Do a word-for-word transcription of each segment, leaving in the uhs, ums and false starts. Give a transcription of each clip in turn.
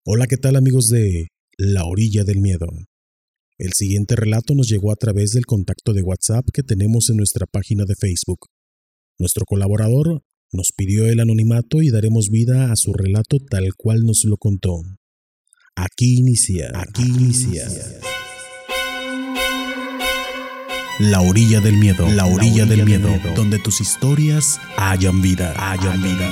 Hola, ¿qué tal amigos de La Orilla del Miedo? El siguiente relato nos llegó a través del contacto de WhatsApp que tenemos en nuestra página de Facebook. Nuestro colaborador nos pidió el anonimato y daremos vida a su relato tal cual nos lo contó. Aquí inicia, aquí inicia. La Orilla del Miedo, La Orilla, del, miedo, del Miedo, donde tus historias hayan vida, hayan vida.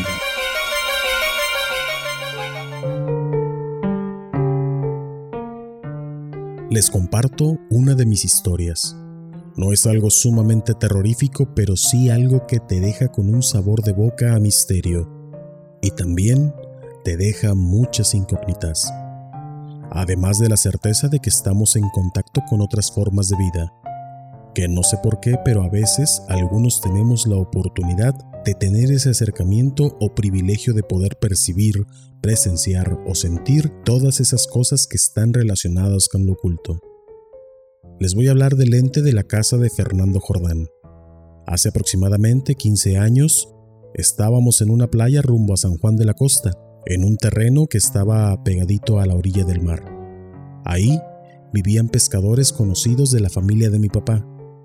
Les comparto una de mis historias. No es algo sumamente terrorífico, pero sí algo que te deja con un sabor de boca a misterio. Y también te deja muchas incógnitas. Además de la certeza de que estamos en contacto con otras formas de vida. Que no sé por qué, pero a veces algunos tenemos la oportunidad de tener ese acercamiento o privilegio de poder percibir, presenciar o sentir todas esas cosas que están relacionadas con lo oculto. Les voy a hablar del ente de la casa de Fernando Jordán. Hace aproximadamente quince años, estábamos en una playa rumbo a San Juan de la Costa, en un terreno que estaba pegadito a la orilla del mar. Ahí vivían pescadores conocidos de la familia de mi papá.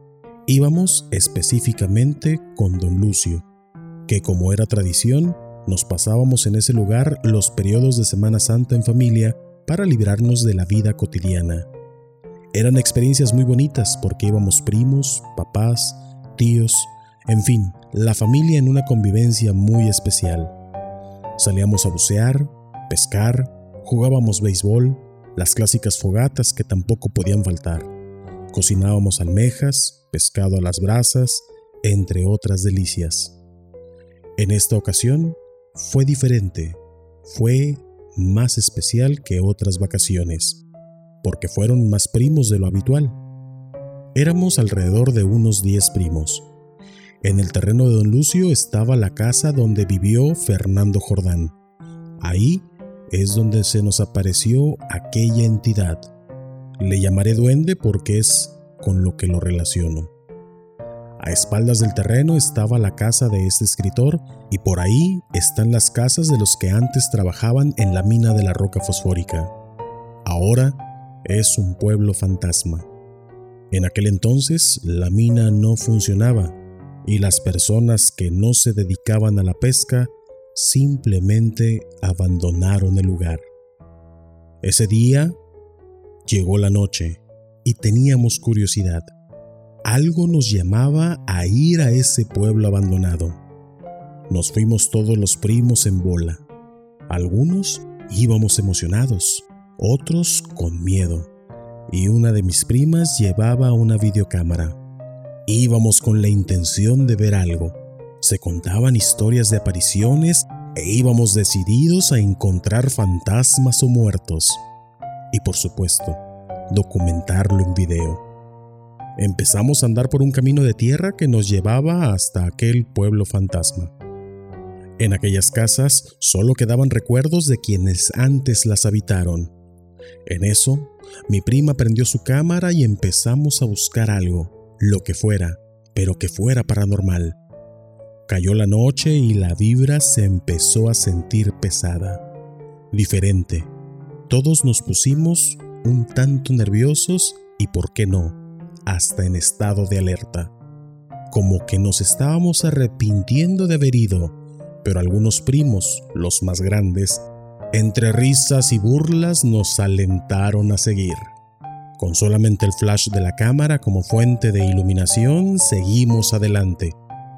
Íbamos específicamente con don Lucio, que como era tradición, nos pasábamos en ese lugar los periodos de Semana Santa en familia para librarnos de la vida cotidiana. Eran experiencias muy bonitas porque íbamos primos, papás, tíos, en fin, la familia en una convivencia muy especial. Salíamos a bucear, pescar, jugábamos béisbol, las clásicas fogatas que tampoco podían faltar. Cocinábamos almejas, pescado a las brasas, entre otras delicias. En esta ocasión fue diferente, fue más especial que otras vacaciones, porque fueron más primos de lo habitual. Éramos alrededor de unos diez primos. En el terreno de don Lucio estaba la casa donde vivió Fernando Jordán. Ahí es donde se nos apareció aquella entidad. Le llamaré duende porque es con lo que lo relaciono. A espaldas del terreno estaba la casa de este escritor y por ahí están las casas de los que antes trabajaban en la mina de la roca fosfórica. Ahora es un pueblo fantasma. En aquel entonces la mina no funcionaba y las personas que no se dedicaban a la pesca simplemente abandonaron el lugar. Ese día llegó la noche y teníamos curiosidad. Algo nos llamaba a ir a ese pueblo abandonado. Nos fuimos todos los primos en bola. Algunos íbamos emocionados, otros con miedo, y una de mis primas llevaba una videocámara. Íbamos con la intención de ver algo. Se contaban historias de apariciones e íbamos decididos a encontrar fantasmas o muertos. Y por supuesto, documentarlo en video. Empezamos a andar por un camino de tierra que nos llevaba hasta aquel pueblo fantasma. En aquellas casas solo quedaban recuerdos de quienes antes las habitaron. En eso, mi prima prendió su cámara y empezamos a buscar algo, lo que fuera, pero que fuera paranormal. Cayó la noche y la vibra se empezó a sentir pesada, diferente. Todos nos pusimos un tanto nerviosos y, ¿por qué no?, hasta en estado de alerta. Como que nos estábamos arrepintiendo de haber ido, pero algunos primos, los más grandes, entre risas y burlas nos alentaron a seguir. Con solamente el flash de la cámara como fuente de iluminación, seguimos adelante.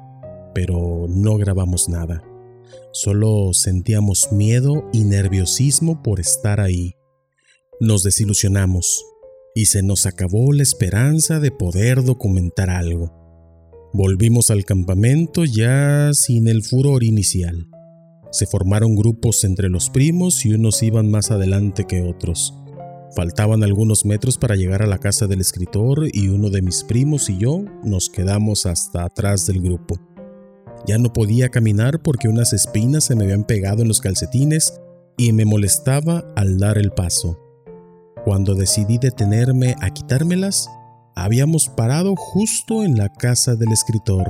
Pero no grabamos nada. Solo sentíamos miedo y nerviosismo por estar ahí. Nos desilusionamos y se nos acabó la esperanza de poder documentar algo. Volvimos al campamento ya sin el furor inicial. Se formaron grupos entre los primos y unos iban más adelante que otros. Faltaban algunos metros para llegar a la casa del escritor y uno de mis primos y yo nos quedamos hasta atrás del grupo. Ya no podía caminar porque unas espinas se me habían pegado en los calcetines y me molestaba al dar el paso. Cuando decidí detenerme a quitármelas, habíamos parado justo en la casa del escritor.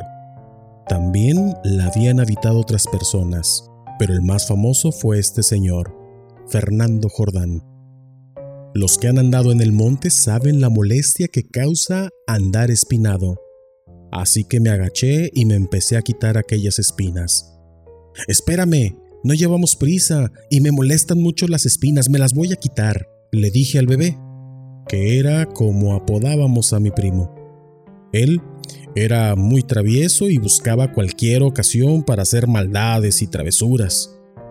También la habían habitado otras personas, pero el más famoso fue este señor, Fernando Jordán. Los que han andado en el monte saben la molestia que causa andar espinado. Así que me agaché y me empecé a quitar aquellas espinas. «Espérame, no llevamos prisa y me molestan mucho las espinas, me las voy a quitar», le dije al bebé, que era como apodábamos a mi primo. Él era muy travieso y buscaba cualquier ocasión para hacer maldades y travesuras.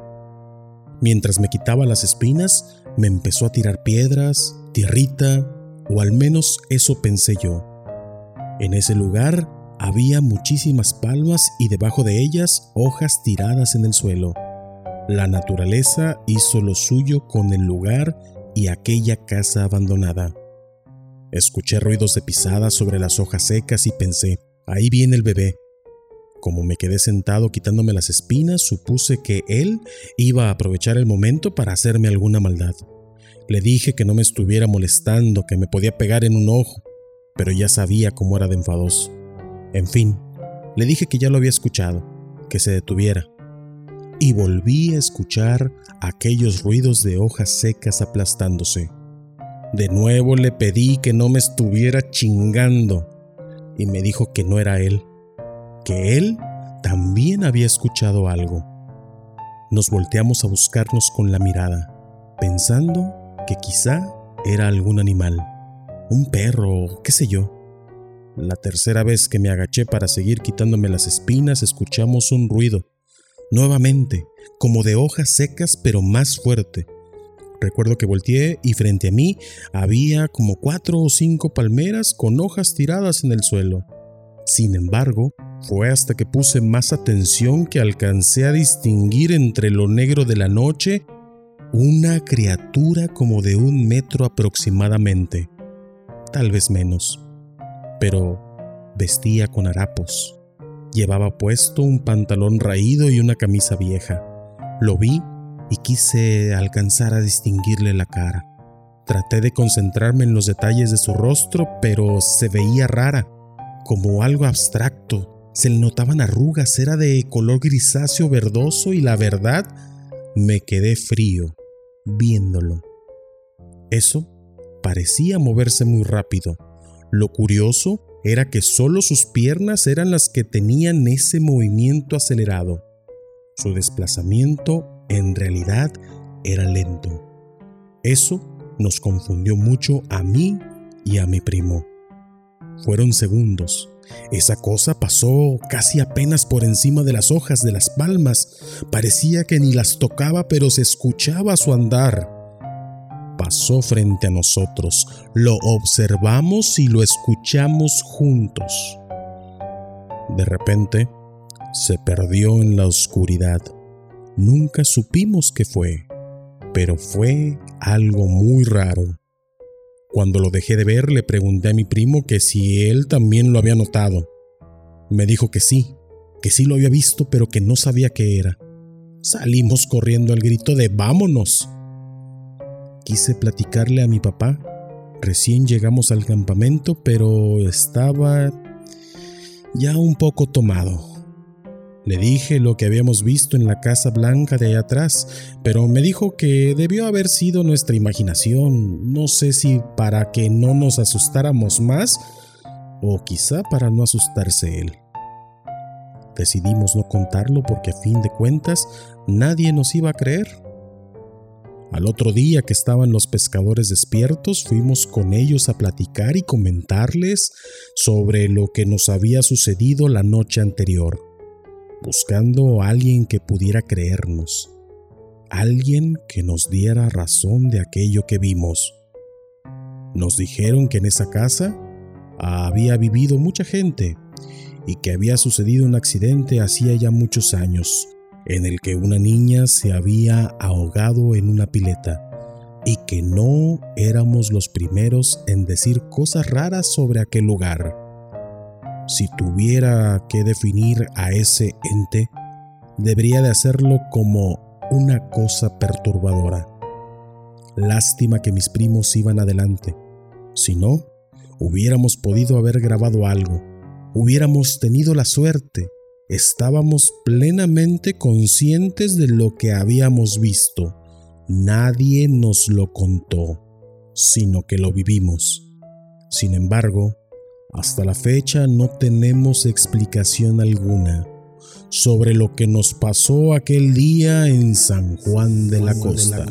Mientras me quitaba las espinas, me empezó a tirar piedras, tierrita, o al menos eso pensé yo. En ese lugar había muchísimas palmas y debajo de ellas hojas tiradas en el suelo. La naturaleza hizo lo suyo con el lugar y aquella casa abandonada. Escuché ruidos de pisadas sobre las hojas secas y pensé, ahí viene el bebé. Como me quedé sentado quitándome las espinas, supuse que él iba a aprovechar el momento para hacerme alguna maldad. Le dije que no me estuviera molestando, que me podía pegar en un ojo, pero ya sabía cómo era de enfadoso. En fin, le dije que ya lo había escuchado, que se detuviera. Y volví a escuchar aquellos ruidos de hojas secas aplastándose. De nuevo le pedí que no me estuviera chingando, y me dijo que no era él, que él también había escuchado algo. Nos volteamos a buscarnos con la mirada, pensando que quizá era algún animal, un perro, qué sé yo. La tercera vez que me agaché para seguir quitándome las espinas, escuchamos un ruido, nuevamente, como de hojas secas pero más fuerte. Recuerdo que volteé y frente a mí había como cuatro o cinco palmeras con hojas tiradas en el suelo. Sin embargo, fue hasta que puse más atención que alcancé a distinguir entre lo negro de la noche una criatura como de un metro aproximadamente, tal vez menos, pero vestía con harapos. Llevaba puesto un pantalón raído y una camisa vieja. Lo vi y quise alcanzar a distinguirle la cara. Traté de concentrarme en los detalles de su rostro, pero se veía rara, como algo abstracto. Se le notaban arrugas, era de color grisáceo verdoso y la verdad, me quedé frío viéndolo. Eso parecía moverse muy rápido. Lo curioso era que solo sus piernas eran las que tenían ese movimiento acelerado. Su desplazamiento en realidad era lento. Eso nos confundió mucho a mí y a mi primo. Fueron segundos. Esa cosa pasó casi apenas por encima de las hojas de las palmas. Parecía que ni las tocaba, pero se escuchaba su andar. Pasó frente a nosotros. Lo observamos y lo escuchamos juntos. De repente, se perdió en la oscuridad. Nunca supimos qué fue, pero fue algo muy raro. Cuando lo dejé de ver, le pregunté a mi primo que si él también lo había notado. Me dijo que sí, que sí lo había visto, pero que no sabía qué era. Salimos corriendo al grito de ¡vámonos! Quise platicarle a mi papá. Recién llegamos al campamento, pero estaba ya un poco tomado. Le dije lo que habíamos visto en la Casa Blanca de allá atrás, pero me dijo que debió haber sido nuestra imaginación. No sé si para que no nos asustáramos más o quizá para no asustarse él. Decidimos no contarlo porque a fin de cuentas nadie nos iba a creer. Al otro día que estaban los pescadores despiertos, fuimos con ellos a platicar y comentarles sobre lo que nos había sucedido la noche anterior, buscando a alguien que pudiera creernos, alguien que nos diera razón de aquello que vimos. Nos dijeron que en esa casa había vivido mucha gente y que había sucedido un accidente hacía ya muchos años, en el que una niña se había ahogado en una pileta, y que no éramos los primeros en decir cosas raras sobre aquel lugar. Si tuviera que definir a ese ente, debería de hacerlo como una cosa perturbadora. Lástima que mis primos iban adelante. Si no, hubiéramos podido haber grabado algo. Hubiéramos tenido la suerte. Estábamos plenamente conscientes de lo que habíamos visto. Nadie nos lo contó, sino que lo vivimos. Sin embargo, hasta la fecha no tenemos explicación alguna sobre lo que nos pasó aquel día en San Juan de la Costa.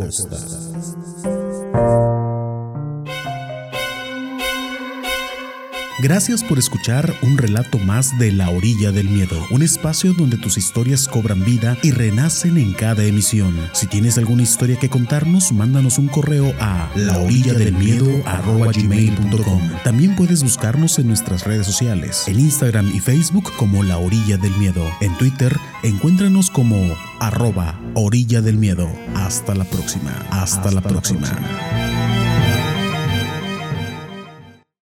Gracias por escuchar un relato más de La Orilla del Miedo, un espacio donde tus historias cobran vida y renacen en cada emisión. Si tienes alguna historia que contarnos, mándanos un correo a la orilla del miedo arroba gmail punto com. También puedes buscarnos en nuestras redes sociales, en Instagram y Facebook como La Orilla del Miedo. En Twitter, encuéntranos como arroba Orilla del Miedo. Hasta la próxima. Hasta, Hasta la próxima. La próxima.